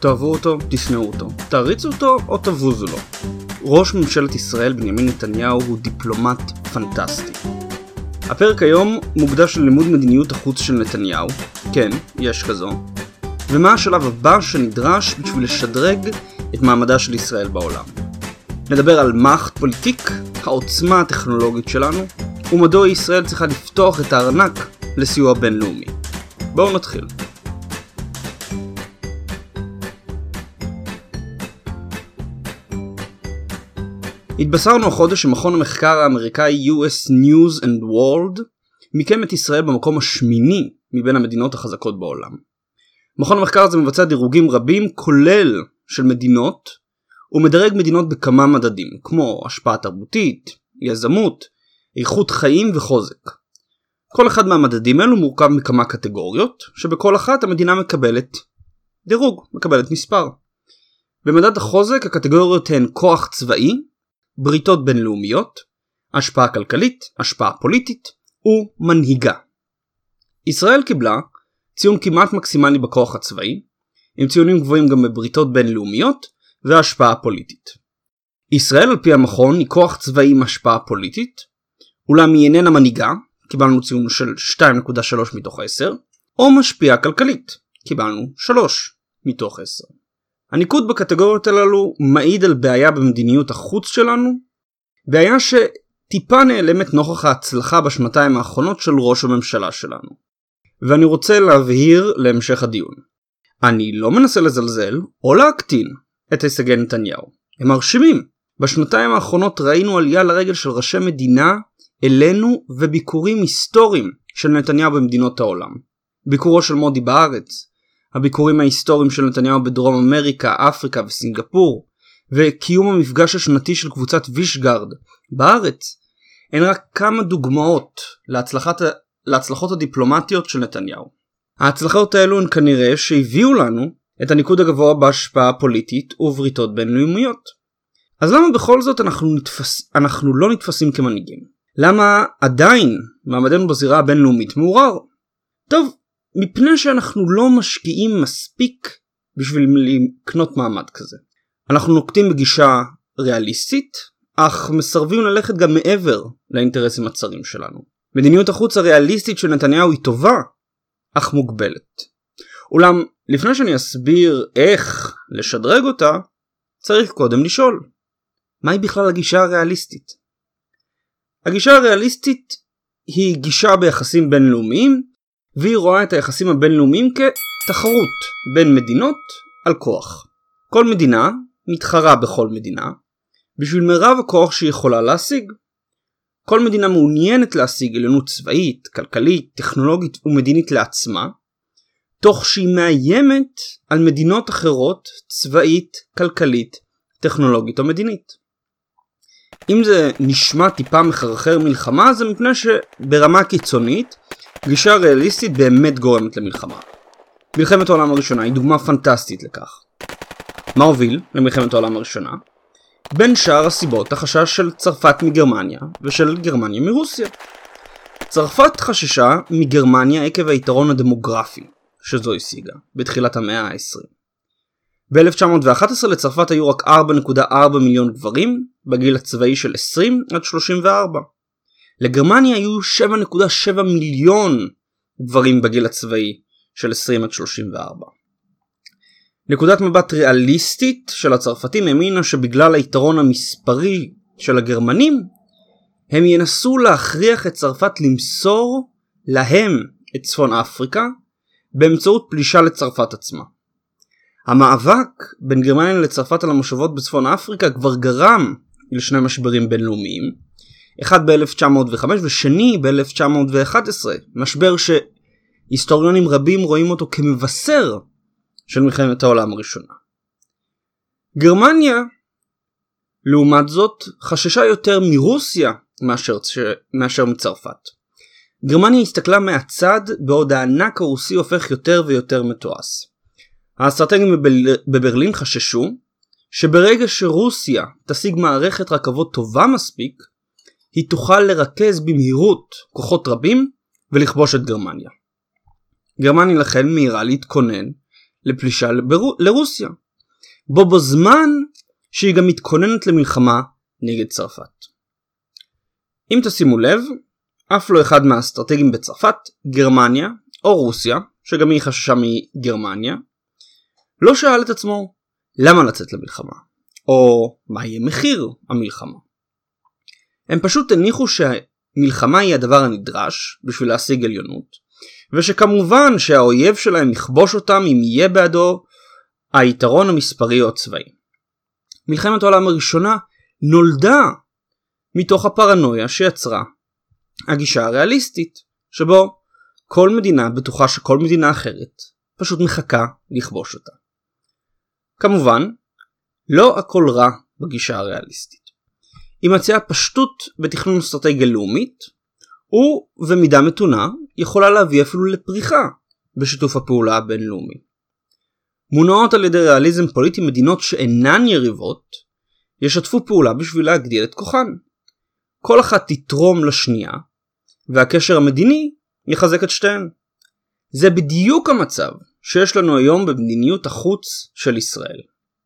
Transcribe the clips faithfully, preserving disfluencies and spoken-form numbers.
תאהבו אותו, תשנאו אותו, תעריצו אותו או תבוזו לו. ראש ממשלת ישראל בנימין נתניהו הוא דיפלומט פנטסטי. הפרק היום מוקדש ללימוד מדיניות החוץ של נתניהו, כן, יש כזו, ומה השלב הבא שנדרש בשביל לשדרג את מעמדה של ישראל בעולם. נדבר על מערכת פוליטיק, העוצמה הטכנולוגית שלנו, ומדוע ישראל צריכה לפתוח את הארנק לסיוע בינלאומי. בואו נתחיל. התבשרנו החודש שמכון המחקר האמריקאי יו אס News and World מיקם את ישראל במקום השמיני מבין המדינות החזקות בעולם. מכון המחקר הזה מבצע דירוגים רבים כולל של מדינות ומדרג מדינות בכמה מדדים כמו השפעה תרבותית, יזמות, איכות חיים וחוזק. כל אחד מהמדדים האלו מורכב מכמה קטגוריות שבכל אחת המדינה מקבלת דירוג, מקבלת מספר. במדד החוזק הקטגוריות הן כוח צבאי, בריתות בינלאומיות, השפעה כלכלית, השפעה פוליטית ומנהיגה. ישראל קיבלה ציון כמעט מקסימלי בכוח הצבאי, עם ציונים גבוהים גם בבריתות בינלאומיות והשפעה פוליטית. ישראל על פי המכון היא כוח צבאי עם השפעה פוליטית, אולם היא איננה מנהיגה, קיבלנו ציון של שתיים נקודה שלוש מתוך עשר, או משפיעה כלכלית, קיבלנו שלוש מתוך עשר. הניקוד בקטגוריות הללו מעיד על בעיה במדיניות החוץ שלנו, בעיה שטיפה נעלמת נוכח ההצלחה בשנתיים האחרונות של ראש הממשלה שלנו. ואני רוצה להבהיר להמשך הדיון. אני לא מנסה לזלזל או להקטין את הישגי נתניהו. הם מרשימים. בשנתיים האחרונות ראינו עלייה לרגל של ראשי מדינה אלינו וביקורים היסטוריים של נתניהו במדינות העולם. ביקורו של מודי בארץ, הביקורים ההיסטוריים של נתניהו בדרום אמריקה, אפריקה וסינגפור, וקיום המפגש השנתי של קבוצת וישגרד בארץ, הן רק כמה דוגמאות להצלחת, להצלחות הדיפלומטיות של נתניהו. ההצלחות האלו הן כנראה שהביאו לנו את הניקוד הגבוה בהשפעה פוליטית ובריתות בינלאומיות. אז למה בכל זאת אנחנו, נתפס, אנחנו לא נתפסים כמנהיגים? למה עדיין מעמדנו בזירה הבינלאומית מעורער? טוב, מפני שאנחנו לא משקיעים מספיק בשביל לקנות מעמד כזה. אנחנו נוקטים בגישה ריאליסטית, אך מסרבים ללכת גם מעבר לאינטרסים הצרים שלנו. מדיניות החוץ הריאליסטית של נתניהו היא טובה, אך מוגבלת. אולם, לפני שאני אסביר איך לשדרג אותה, צריך קודם לשאול, מהי בכלל הגישה הריאליסטית? הגישה הריאליסטית היא גישה ביחסים בינלאומיים, והיא רואה את היחסים הבינלאומיים כתחרות בין מדינות על כוח. כל מדינה מתחרה בכל מדינה בשביל מרב הכוח שהיא יכולה להשיג. כל מדינה מעוניינת להשיג עליונות צבאית, כלכלית, טכנולוגית ומדינית לעצמה, תוך שהיא מאיימת על מדינות אחרות צבאית, כלכלית, טכנולוגית או מדינית. אם זה נשמע טיפה מחרחר מלחמה, זה מפני שברמה קיצונית גישה ריאליסטית באמת גורמת למלחמה. מלחמת העולם הראשונה היא דוגמה פנטסטית לכך. מה הוביל למלחמת העולם הראשונה? בין שאר הסיבות החשש של צרפת מגרמניה ושל גרמניה מרוסיה. צרפת חששה מגרמניה עקב היתרון הדמוגרפי שזו השיגה בתחילת המאה ה-העשרים. ב-אלף תשע מאות ואחת עשרה לצרפת היו רק ארבע נקודה ארבע מיליון גברים בגיל הצבאי של עשרים עד שלושים וארבע. לגרמניה היו שבע נקודה שבע מיליון גברים בגיל הצבאי של עשרים עד שלושים וארבע. נקודת מבט ריאליסטית של הצרפתים האמינה שבגלל היתרון המספרי של הגרמנים, הם ינסו להכריח את צרפת למסור להם את צפון אפריקה באמצעות פלישה לצרפת עצמה. המאבק בין גרמניה לצרפת על המושבות בצפון אפריקה כבר גרם לשני משברים בינלאומיים, אחד ב-אלף תשע מאות וחמש ושני ב-אלף תשע מאות ואחת עשרה, משבר שהיסטוריונים רבים רואים אותו כמבשר של מלחמת העולם הראשונה. גרמניה, לעומת זאת, חששה יותר מרוסיה מאשר, מאשר מצרפת. גרמניה הסתכלה מהצד בעוד הענק הרוסי הופך יותר ויותר מתועש. האסטרטגים בברלין חששו שברגע שרוסיה תשיג מערכת רכבות טובה מספיק, היא תוכל לרכז במהירות כוחות רבים ולכבוש את גרמניה. גרמניה לכן מהירה להתכונן לפלישה לבר... לרוסיה, בו בזמן שהיא גם מתכוננת למלחמה נגד צרפת. אם תשימו לב, אף לא אחד מהאסטרטגים בצרפת, גרמניה או רוסיה, שגם היא חששה מגרמניה, לא שאל את עצמו למה לצאת למלחמה, או מה יהיה מחיר המלחמה. הם פשוט הניחו שהמלחמה היא הדבר הנדרש בשביל להשיג עליונות, ושכמובן שהאויב שלהם יכבוש אותם אם יהיה בעדו היתרון המספרי או הצבאי. מלחמת העולם הראשונה נולדה מתוך הפרנויה שיצרה הגישה הריאליסטית, שבו כל מדינה בטוחה שכל מדינה אחרת פשוט מחכה לכבוש אותה. כמובן, לא הכל רע בגישה הריאליסטית. היא מציעה פשטות בתכנון אסטרטגיה לאומית, ובמידה מתונה יכולה להביא אפילו לפריחה בשיתוף הפעולה הבינלאומי. מונעות על ידי ריאליזם פוליטי מדינות שאינן יריבות, ישתפו פעולה בשביל להגדיל את כוחן. כל אחת תתרום לשנייה, והקשר המדיני יחזק את שתיהן. זה בדיוק המצב שיש לנו היום במדיניות החוץ של ישראל.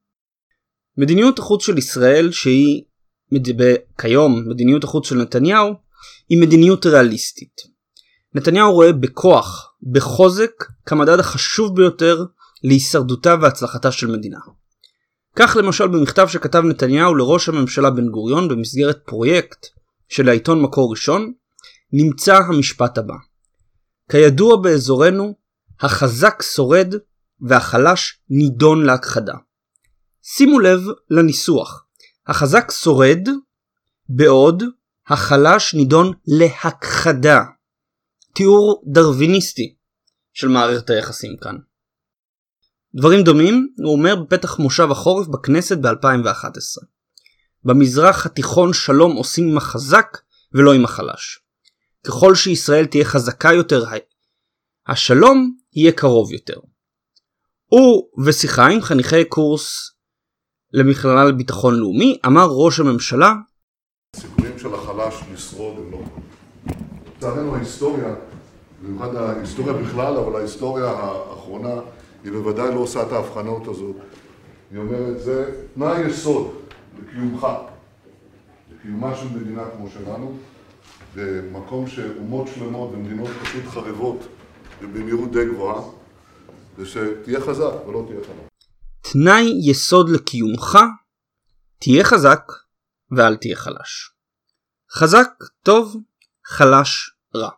מדיניות החוץ של ישראל, שהיא כיום מדיניות החוץ של נתניהו, היא מדיניות ריאליסטית. נתניהו רואה בכוח, בחוזק, כמדד החשוב ביותר להישרדותה והצלחתה של מדינה. כך למשל במכתב שכתב נתניהו לראש הממשלה בן גוריון במסגרת פרויקט של העיתון מקור ראשון, נמצא המשפט הבא: כידוע באזורנו, החזק שורד והחלש נידון להכחדה. שימו לב לניסוח, החזק שורד בעוד החלש נידון להכחדה. תיאור דרוויניסטי של מערכת היחסים כאן. דברים דומים הוא אומר בפתח מושב החורף בכנסת ב-אלפיים ואחת עשרה. במזרח התיכון שלום עושים עם החזק ולא עם החלש. ככל שישראל תהיה חזקה יותר, השלום יהיה קרוב יותר. הוא ושיחה עם חניכי קורס למכללה לביטחון לאומי אמר ראש הממשלה, הסיכויים של החלש לשרוד הם לא. לצערנו ההיסטוריה, במיוחד ההיסטוריה בכלל, אבל ההיסטוריה האחרונה היא בוודאי לא עושה את ההבחנות הזאת. היא אומרת, זה מה היסוד לקיומך, לקיומה של מדינה כמו שלנו, במקום שאומות שלמות ומדינות פשוט חרבות ובמהירות די גבוהה, זה שתהיה חזק ולא תהיה חלש. תנאי יסוד לקיומך, תהיה חזק ואל תהיה חלש. חזק טוב, חלש רע.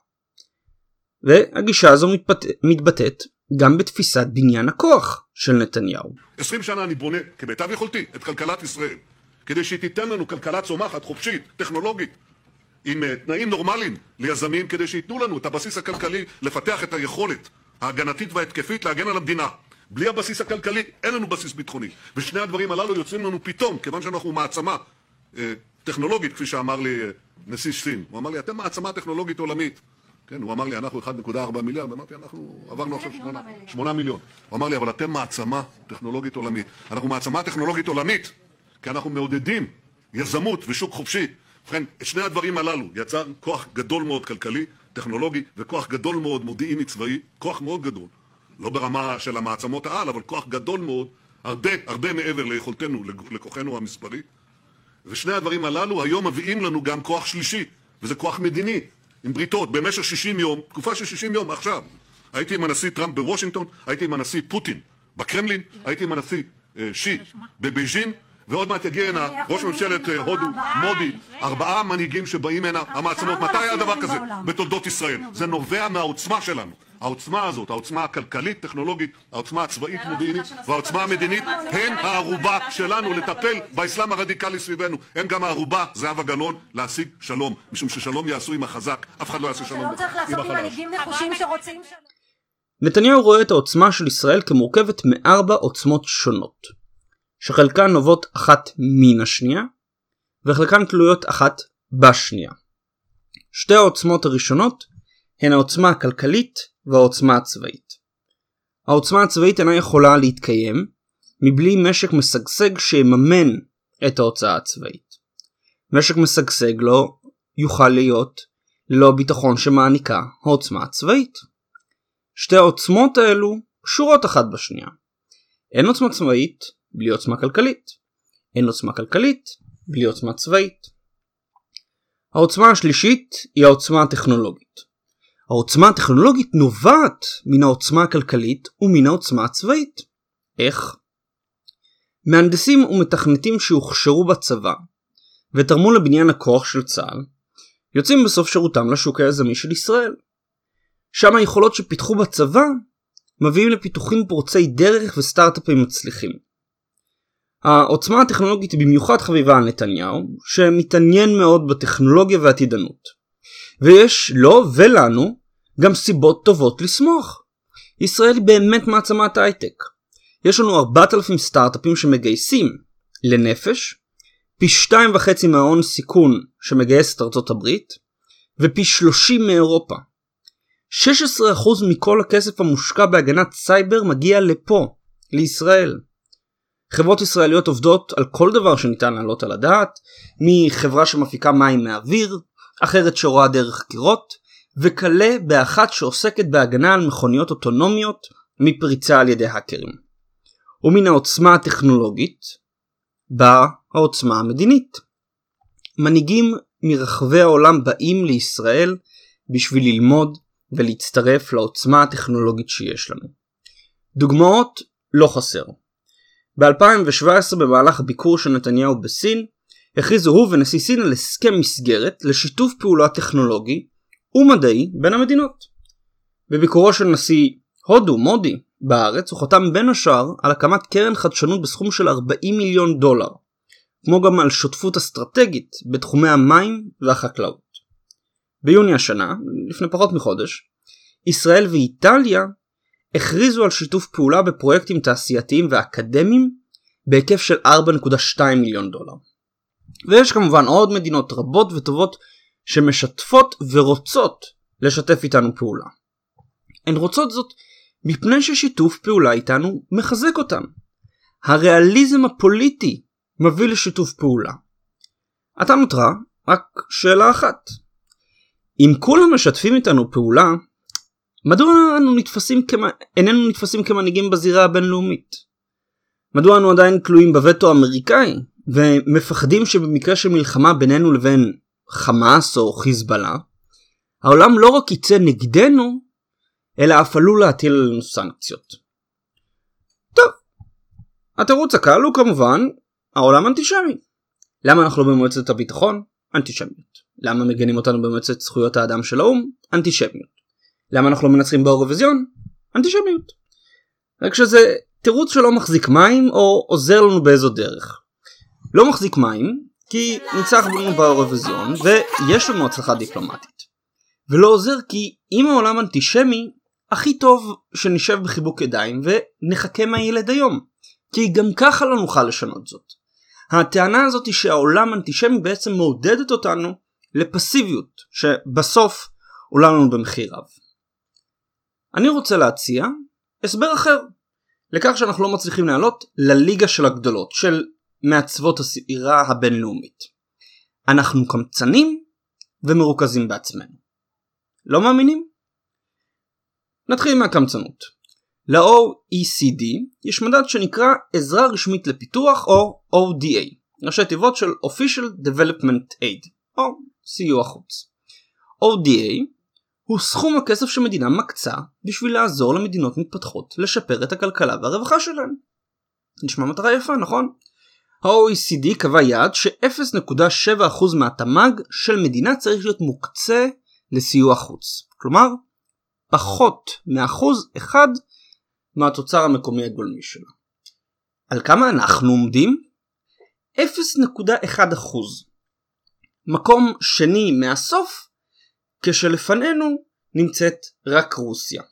והגישה הזו מתבט... מתבטאת גם בתפיסת בניין הכוח של נתניהו. עשרים שנה אני בונה כמיטב יכולתי את כלכלת ישראל, כדי שהיא תיתן לנו כלכלה צומחת, חופשית, טכנולוגית, עם תנאים נורמליים ליזמים, כדי שייתנו לנו את הבסיס הכלכלי לפתח את היכולת ההגנתית וההתקפית להגן על המדינה. בלי הבסיס הכלכלי אין לנו בסיס ביטחוני. ושני הדברים הללו יוצאים לנו פתאום, כיוון שאנחנו מעצמה אה, טכנולוגית, כפי שאמר לי אה, נשיא סין. הוא אמר לי, אתם מעצמה טכנולוגית עולמית. כן, הוא אמר לי, אנחנו אחד נקודה ארבע מיליארד, אמרתי, אנחנו עברנו עכשיו שמונה מיליון. הוא אמר לי, אבל אתם מעצמה טכנולוגית עולמית. אנחנו מעצמה טכנולוגית עולמית, כי אנחנו מעודדים יזמות ושוק חופשי. ובכן, את שני הדברים הללו יצר כוח גדול מאוד כלכלי, טכנולוגי, וכוח גדול מאוד מודיעיני צבאי, כוח מאוד גדול. לא ברמה של המעצמות העל, אבל כוח גדול מאוד, הרבה, הרבה מעבר ליכולתנו, לכוחנו המספרי. ושני הדברים הללו היום מביאים לנו גם כוח שלישי, וזה כוח מדיני, עם בריתות, במשך שישים יום, תקופה של שישים יום עכשיו. הייתי עם הנשיא טראמפ בוושינגטון, הייתי עם הנשיא פוטין בקרמלין, הייתי עם הנשיא אה, שי בבייג'ין, ועוד מעט יגיע הנה ראש ממשלת הודו, מודי, ארבעה מנהיגים שבאים הנה, המעצמות. מתי היה דבר כזה בתולדות ישראל? זה נובע מהעוצמה שלנו. העוצמה הזאת, העוצמה הכלכלית, טכנולוגית, העוצמה הצבאית, מודיעינית, והעוצמה המדינית, הן הערובה שלנו לטפל באסלאם הרדיקלי סביבנו. הן גם הערובה, זהבה גלאון, להשיג שלום. משום ששלום יעשו עם החזק, אף אחד לא יעשה שלום עם החלש. נתניהו רואה את העוצמה של ישראל כמורכבת מארבע עוצמות שונות, שחלקן נובעות אחת מן השנייה, וחלקן תלויות אחת בשנייה. שתי העוצמות הראשונות הן העוצמה הכלכלית והעוצמה הצבאית. העוצמה הצבאית אינה יכולה להתקיים מבלי משק משגשג שיממן את ההוצאה הצבאית. משק משגשג לא יוכל להיות ללא הביטחון שמעניקה העוצמה הצבאית. שתי העוצמות האלו קשורות אחת בשנייה. אין עוצמה צבאית בלי עוצמה כלכלית. אין עוצמה כלכלית בלי עוצמה צבאית. העוצמה השלישית היא העוצמה הטכנולוגית. העוצמה הטכנולוגית נובעת מן העוצמה הכלכלית ומן העוצמה הצבאית. איך? מהנדסים ומתכנתים שהוכשרו בצבא ותרמו לבניין הכוח של צה"ל יוצאים בסוף שירותם לשוק היזמי של ישראל. שם היכולות שפיתחו בצבא מביאים לפיתוחים פורצי דרך וסטארט-אפים מצליחים. העוצמה הטכנולוגית במיוחד חביבה על נתניהו, שמתעניין מאוד בטכנולוגיה והעתידנות. ויש לו ולנו גם סיבות טובות לשמוח. ישראל היא באמת מעצמת הייטק. יש לנו ארבעת אלפים סטארט-אפים שמגייסים לנפש, פי שתיים וחצי מההון סיכון שמגייסת ארצות הברית, ופי שלושים מאירופה. שש עשרה אחוז מכל הכסף המושקע בהגנת סייבר מגיע לפה, לישראל. חברות ישראליות עובדות על כל דבר שניתן לעלות על הדעת, מחברה שמפיקה מים מהאוויר, אחרת שרואה דרך קירות, וכלה באחת שעוסקת בהגנה על מכוניות אוטונומיות מפריצה על ידי האקרים. ומן העוצמה הטכנולוגית באה העוצמה המדינית. מנהיגים מרחבי העולם באים לישראל בשביל ללמוד ולהצטרף לעוצמה הטכנולוגית שיש לנו. דוגמאות לא חסר. ב-אלפיים שבע עשרה במהלך ביקור של נתניהו בסין, הכריזו הוא ונשיא סין על הסכם מסגרת לשיתוף פעולה טכנולוגי ומדעי בין המדינות. בביקורו של נשיא הודו מודי בארץ הוא חתם בין השאר על הקמת קרן חדשנות בסכום של ארבעים מיליון דולר, כמו גם על שותפות אסטרטגית בתחומי המים והחקלאות. ביוני השנה, לפני פחות מחודש, ישראל ואיטליה הכריזו על שיתוף פעולה בפרויקטים תעשייתיים ואקדמיים בהיקף של ארבע נקודה שתיים מיליון דולר. ויש כמובן עוד מדינות רבות וטובות שמשתפות ורוצות לשתף איתנו פעולה. הן רוצות זאת מפני ששיתוף פעולה איתנו מחזק אותן. הריאליזם הפוליטי מביא לשיתוף פעולה. אתה נותרה רק שאלה אחת. אם כולם משתפים איתנו פעולה, מדוע אנו נתפסים כמה... איננו נתפסים כמנהיגים בזירה הבינלאומית? מדוע אנו עדיין תלויים בווטו האמריקאי ומפחדים שבמקרה של מלחמה בינינו לבין חמאס או חיזבאללה, העולם לא רק יצא נגדנו, אלא אף עלול להטיל עלינו סנקציות? טוב, התירוץ הקל הוא כמובן העולם אנטישמי. למה אנחנו לא במועצת הביטחון? אנטישמיות. למה מגנים אותנו במועצת זכויות האדם של האו"ם? אנטישמיות. למה אנחנו לא מנצחים באירוויזיון? אנטישמיות. רק שזה תירוץ שלא מחזיק מים או עוזר לנו באיזו דרך. לא מחזיק מים כי ניצחנו באירוויזיון ויש לנו הצלחה דיפלומטית. ולא עוזר כי אם העולם אנטישמי, הכי טוב שנשב בחיבוק ידיים ונחכה מהילד היום. כי גם ככה לא נוכל לשנות זאת. הטענה הזאת היא שהעולם אנטישמי בעצם מעודדת אותנו לפסיביות, שבסוף עולה לנו במחיר רב. אני רוצה להציע הסבר אחר, לכך שאנחנו לא מצליחים לעלות לליגה של הגדולות, של מעצבות הסעירה הבינלאומית. אנחנו קמצנים ומרוכזים בעצמנו. לא מאמינים? נתחיל מהקמצנות. ל-או אי סי די יש מדד שנקרא עזרה רשמית לפיתוח או או די איי, ראשי תיבות של Official Development Aid או סיוע חוץ. או די איי הוא סכום הכסף שמדינה מקצה בשביל לעזור למדינות מתפתחות לשפר את הכלכלה והרווחה שלהן. נשמע מטרה יפה, נכון? ה-או אי סי די קבע יעד ש-אפס נקודה שבע אחוז מהתמ"ג של מדינה צריך להיות מוקצה לסיוע חוץ. כלומר, פחות מאחוז אחד מהתוצר המקומי הגולמי שלה. על כמה אנחנו עומדים? אפס נקודה אחת אחוז. מקום שני מהסוף, כשלפנינו נמצאת רק רוסיה.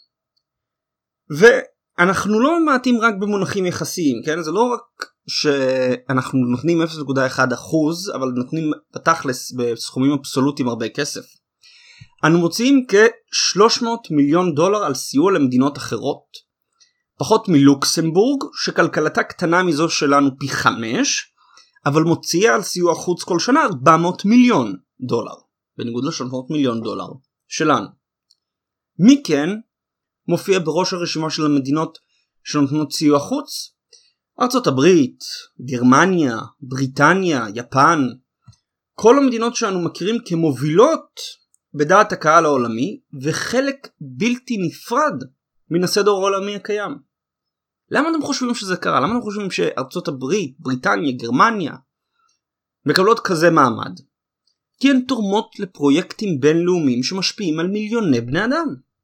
ואנחנו לא מעטים רק במונחים יחסיים, כן? זה לא רק שאנחנו נותנים אפס נקודה אחת אחוז, אבל נותנים בתכלס בסכומים אבסולוטיים הרבה כסף. אנו מוציאים כ-שלוש מאות מיליון דולר על סיוע למדינות אחרות, פחות מלוקסמבורג, שכלכלתה קטנה מזו שלנו פי חמש, אבל מוציאה על סיוע חוץ כל שנה ארבע מאות מיליון דולר, בניגוד ל-שלוש מאות מיליון דולר שלנו. מי כן מופיע בראש הרשימה של המדינות שנותנות סיוע חוץ? ארצות הברית, גרמניה, בריטניה, יפן, כל המדינות שאנו מכירים כמובילות בדעת הקהל העולמי וחלק בלתי נפרד מן הסדר העולמי הקיים. למה אתם חושבים שזה קרה? למה אתם חושבים שארצות הברית, בריטניה, גרמניה מקבלות כזה מעמד? כי הן תורמות לפרויקטים בינלאומיים שמשפיעים על מיליוני בני אדם.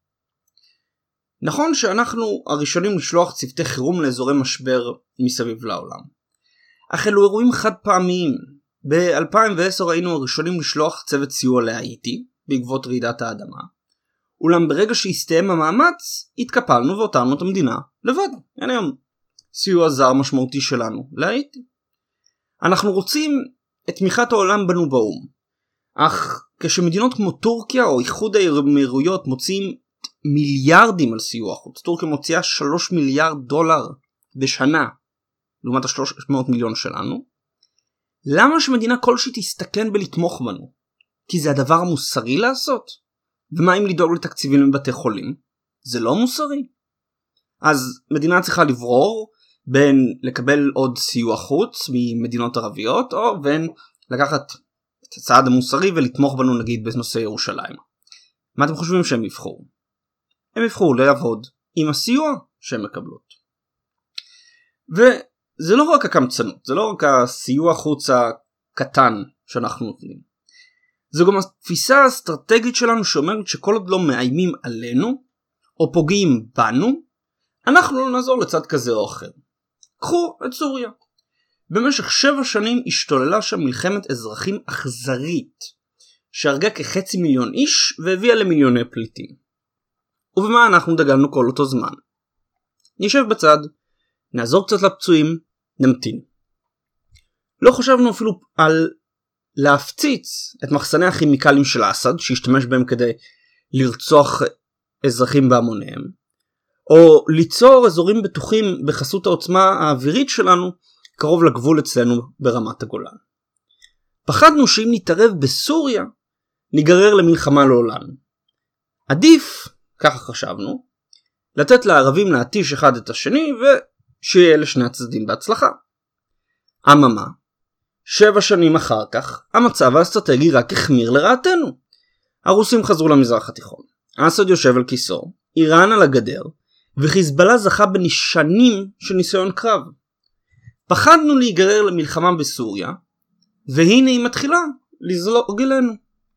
נכון שאנחנו הראשונים לשלוח צוותי חירום לאזורי משבר מסביב לעולם. אך אלו אירועים חד פעמיים. ב-אלפיים ועשר היינו הראשונים לשלוח צוות סיוע להאיטי בעקבות רעידת האדמה. אולם ברגע שהסתיים המאמץ, התקפלנו והותרנו את המדינה לבד. אין היום סיוע זר משמעותי שלנו להאיטי. אנחנו רוצים את תמיכת העולם בנו באום. אך כשמדינות כמו טורקיה או איחוד האמירויות מוציאים מיליארדים על סיוע חוץ, טורקיה מוציאה שלוש מיליארד דולר בשנה, לעומת ה-שלוש מאות מיליון שלנו, למה שמדינה כלשהי תסתכן בלתמוך בנו? כי זה הדבר המוסרי לעשות? ומה אם לדאוג לתקציבים לבתי חולים? זה לא מוסרי. אז מדינה צריכה לברור בין לקבל עוד סיוע חוץ ממדינות ערביות, או בין לקחת את הצעד המוסרי ולתמוך בנו נגיד בנושא ירושלים. מה אתם חושבים שהם יבחרו? הם יבחרו לעבוד עם הסיוע שהם מקבלות. וזה לא רק הקמצנות, זה לא רק הסיוע חוץ הקטן שאנחנו נותנים. זו גם התפיסה האסטרטגית שלנו שאומרת שכל עוד לא מאיימים עלינו או פוגעים בנו, אנחנו לא נעזור לצד כזה או אחר. קחו את סוריה. במשך שבע שנים השתוללה שם מלחמת אזרחים אכזרית, שהרגה כחצי מיליון איש והביאה למיליוני פליטים. ובמה אנחנו דגלנו כל אותו זמן? נשב בצד, נעזור קצת לפצועים, נמתין. לא חשבנו אפילו על להפציץ את מחסני הכימיקלים של אסד, שהשתמש בהם כדי לרצוח אזרחים בהמוניהם, או ליצור אזורים בטוחים בחסות העוצמה האווירית שלנו, קרוב לגבול אצלנו ברמת הגולן. פחדנו שאם נתערב בסוריה, ניגרר למלחמה לעולם. עדיף, ככה חשבנו, לתת לערבים להתיש אחד את השני, ושיהיה לשני הצדדים בהצלחה. אממה, שבע שנים אחר כך, המצב האסטרטגי רק החמיר לרעתנו. הרוסים חזרו למזרח התיכון. אסד יושב על כיסו, איראן על הגדר, וחיזבאללה זכה בנשנים של ניסיון קרב. פחדנו להיגרר למלחמה בסוריה, והנה היא מתחילה לזלוג אלינו.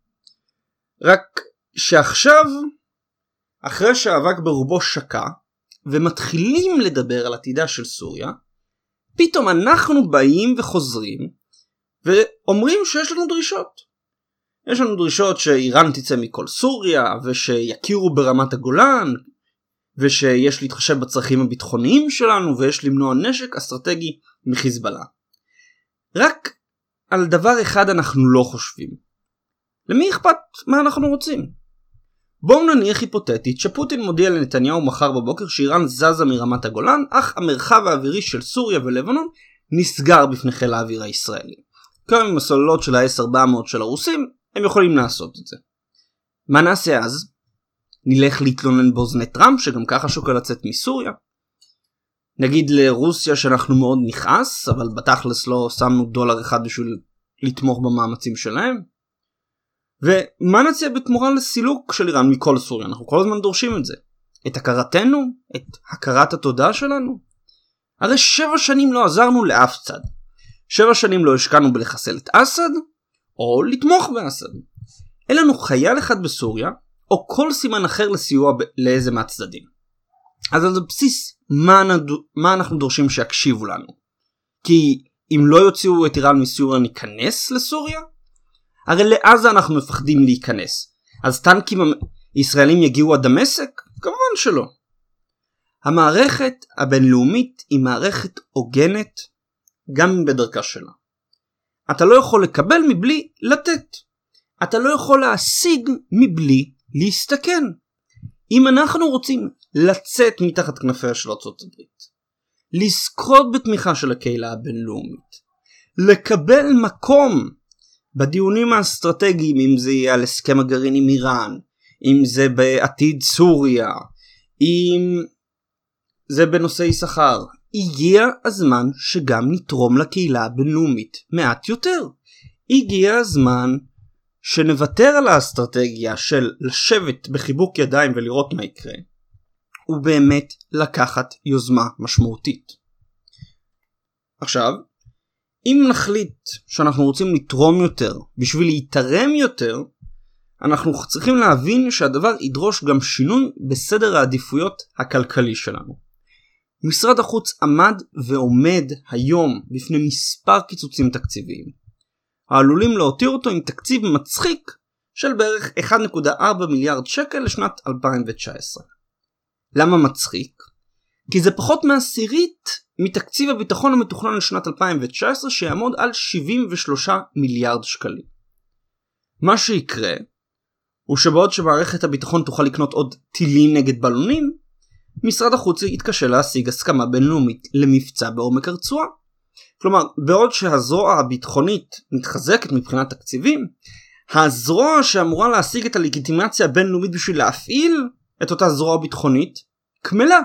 רק שעכשיו, אחרי שהאבק ברובו שקע, ומתחילים לדבר על עתידה של סוריה, פתאום אנחנו באים וחוזרים, ואומרים שיש לנו דרישות. יש לנו דרישות שאיראן תצא מכל סוריה, ושיכירו ברמת הגולן, ושיש להתחשב בצרכים הביטחוניים שלנו, ויש למנוע נשק אסטרטגי מחיזבאללה. רק על דבר אחד אנחנו לא חושבים. למי אכפת מה אנחנו רוצים? בואו נניח היפותטית שפוטין מודיע לנתניהו מחר בבוקר שאיראן זזה מרמת הגולן, אך המרחב האווירי של סוריה ולבנון נסגר בפני חיל האוויר הישראלי. גם עם הסוללות של ה-אס ארבע מאות של הרוסים, הם יכולים לעשות את זה. מה נעשה אז? נלך להתלונן באוזני טראמפ שגם ככה שוקל לצאת מסוריה? נגיד לרוסיה שאנחנו מאוד נכעס, אבל בתכלס לא שמנו דולר אחד בשביל לתמוך במאמצים שלהם? ומה נציע בתמורה לסילוק של איראן מכל סוריה? אנחנו כל הזמן דורשים את זה. את הכרתנו? את הכרת התודעה שלנו? הרי שבע שנים לא עזרנו לאף צד. שבע שנים לא השקענו בלחסל את אסד, או לתמוך באסד. אין לנו חייל אחד בסוריה, או כל סימן אחר לסיוע ב- לאיזה מהצדדים. אז על בסיס מה, נד... מה אנחנו דורשים שיקשיבו לנו? כי אם לא יוציאו את איראן מסוריה ניכנס לסוריה? הרי לעזה אנחנו מפחדים להיכנס. אז טנקים ישראלים יגיעו עד דמשק? כמובן שלא. המערכת הבינלאומית היא מערכת הוגנת גם בדרכה שלה. אתה לא יכול לקבל מבלי לתת. אתה לא יכול להשיג מבלי להסתכן. אם אנחנו רוצים לצאת מתחת כנפיה של ארצות הברית, לזכות בתמיכה של הקהילה הבינלאומית, לקבל מקום בדיונים האסטרטגיים, אם זה יהיה על הסכם הגרעין עם איראן, אם זה בעתיד סוריה, אם זה בנושא יששכר, הגיע הזמן שגם נתרום לקהילה הבינלאומית מעט יותר. הגיע הזמן שנוותר על האסטרטגיה של לשבת בחיבוק ידיים ולראות מה יקרה, ובאמת לקחת יוזמה משמעותית. עכשיו, אם נחליט שאנחנו רוצים לתרום יותר בשביל להתרם יותר, אנחנו צריכים להבין שהדבר ידרוש גם שינוי בסדר העדיפויות הכלכלי שלנו. משרד החוץ עמד ועומד היום בפני מספר קיצוצים תקציביים, העלולים להותיר אותו עם תקציב מצחיק של בערך אחד נקודה ארבע מיליארד שקל לשנת אלפיים תשע עשרה. למה מצחיק? כי זה פחות מעשירית מתקציב הביטחון המתוכנן לשנת אלפיים תשע עשרה שיעמוד על שבעים ושלושה מיליארד שקלים. מה שיקרה הוא שבעוד שמערכת הביטחון תוכל לקנות עוד טילים נגד בלונים, משרד החוץ יתקשה להשיג הסכמה בינלאומית למבצע בעומק הרצועה. כלומר, בעוד שהזרוע הביטחונית מתחזקת מבחינת תקציבים, הזרוע שאמורה להשיג את הלגיטימציה הבינלאומית בשביל להפעיל את אותה זרוע ביטחונית, כמלה.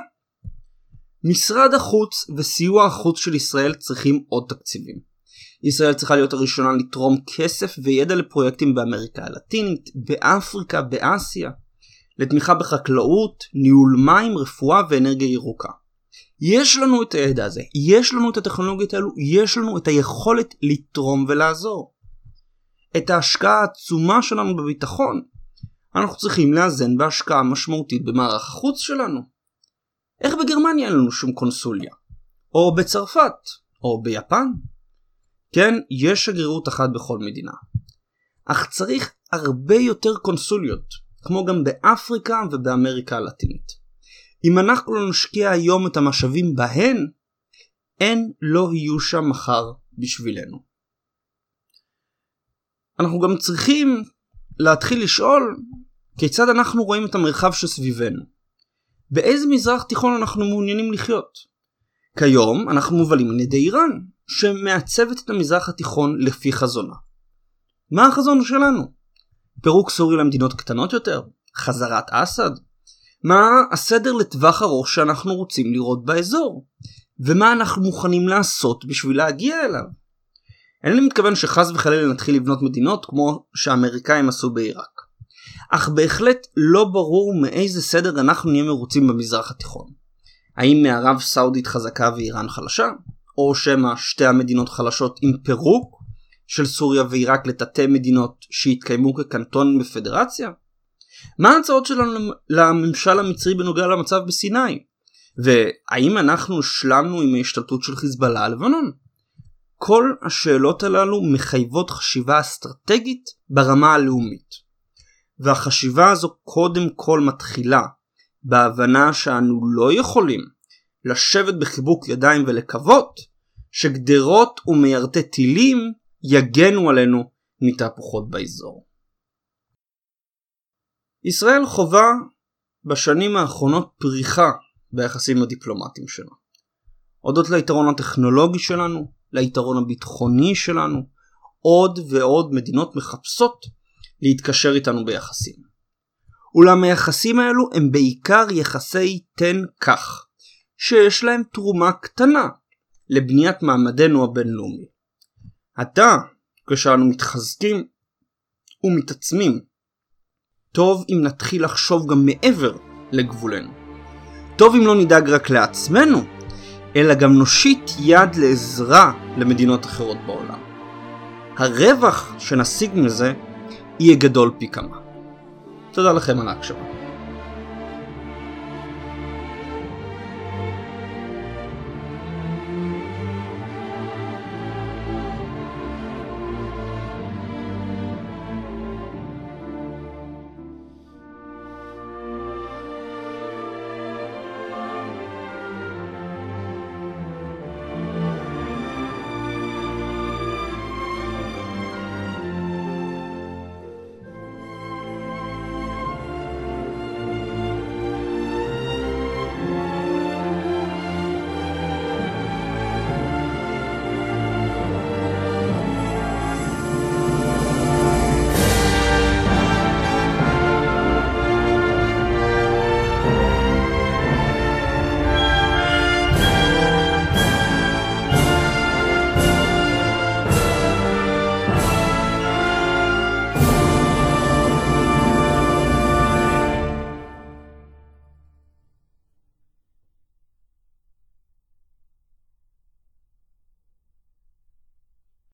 משרד החוץ וסיוע החוץ של ישראל צריכים עוד תקציבים. ישראל צריכה להיות הראשונה לתרום כסף וידע לפרויקטים באמריקה הלטינית, באפריקה, באסיה, לתמיכה בחקלאות, ניהול מים, רפואה ואנרגיה ירוקה. יש לנו את הידע הזה, יש לנו את הטכנולוגיות האלו, יש לנו את היכולת לתרום ולעזור. את ההשקעה העצומה שלנו בביטחון, אנחנו צריכים לאזן בהשקעה משמעותית במערך החוץ שלנו. איך בגרמניה אין לנו שום קונסוליה? או בצרפת? או ביפן? כן, יש שגרירות אחת בכל מדינה. אך צריך הרבה יותר קונסוליות, כמו גם באפריקה ובאמריקה הלטינית. אם אנחנו לא נשקיע היום את המשאבים בהן, אין לא יהיו שם מחר בשבילנו. אנחנו גם צריכים להתחיל לשאול כיצד אנחנו רואים את המרחב שסביבנו. באיזה מזרח תיכון אנחנו מעוניינים לחיות? כיום אנחנו מובלים על ידי איראן, שמעצבת את המזרח התיכון לפי חזונה. מה החזון שלנו? פירוק סורי למדינות קטנות יותר? חזרת אסד? מה הסדר לטווח ארוך שאנחנו רוצים לראות באזור? ומה אנחנו מוכנים לעשות בשביל להגיע אליו? אני מתכוון שחס וחלילה נתחיל לבנות מדינות כמו שהאמריקאים עשו בעיראק. אך בהחלט לא ברור מאיזה סדר אנחנו נהיה מרוצים במזרח התיכון. האם מערב סעודית חזקה ואיראן חלשה? או שמא שתי המדינות חלשות עם פירוק של סוריה ועיראק לתתי מדינות שהתקיימו כקנטון בפדרציה? מה ההצעות שלנו לממשל המצרי בנוגע למצב בסיני? והאם אנחנו שלמנו עם ההשתלטות של חיזבאללה על לבנון? כל השאלות הללו מחייבות חשיבה אסטרטגית ברמה הלאומית. והחשיבה הזו קודם כל מתחילה בהבנה שאנו לא יכולים לשבת בחיבוק ידיים ולקוות שגדרות ומיירטי טילים יגנו עלינו מתהפוכות באזור. ישראל חובה בשנים האחרונות פריחה ביחסים הדיפלומטיים שלה. הודות ליתרון הטכנולוגי שלנו, ליתרון הביטחוני שלנו, עוד ועוד מדינות מחפשות להתקשר איתנו ביחסים. אולם היחסים האלו הם בעיקר יחסי תן כך, שיש להם תרומה קטנה לבניית מעמדנו הבינלאומי. עתה, כשאנו מתחזקים ומתעצמים, טוב אם נתחיל לחשוב גם מעבר לגבולנו. טוב אם לא נדאג רק לעצמנו, אלא גם נושיט יד לעזרה למדינות אחרות בעולם. הרווח שנשיג מזה יהיה גדול פי כמה. תודה לכם על ההקשבה.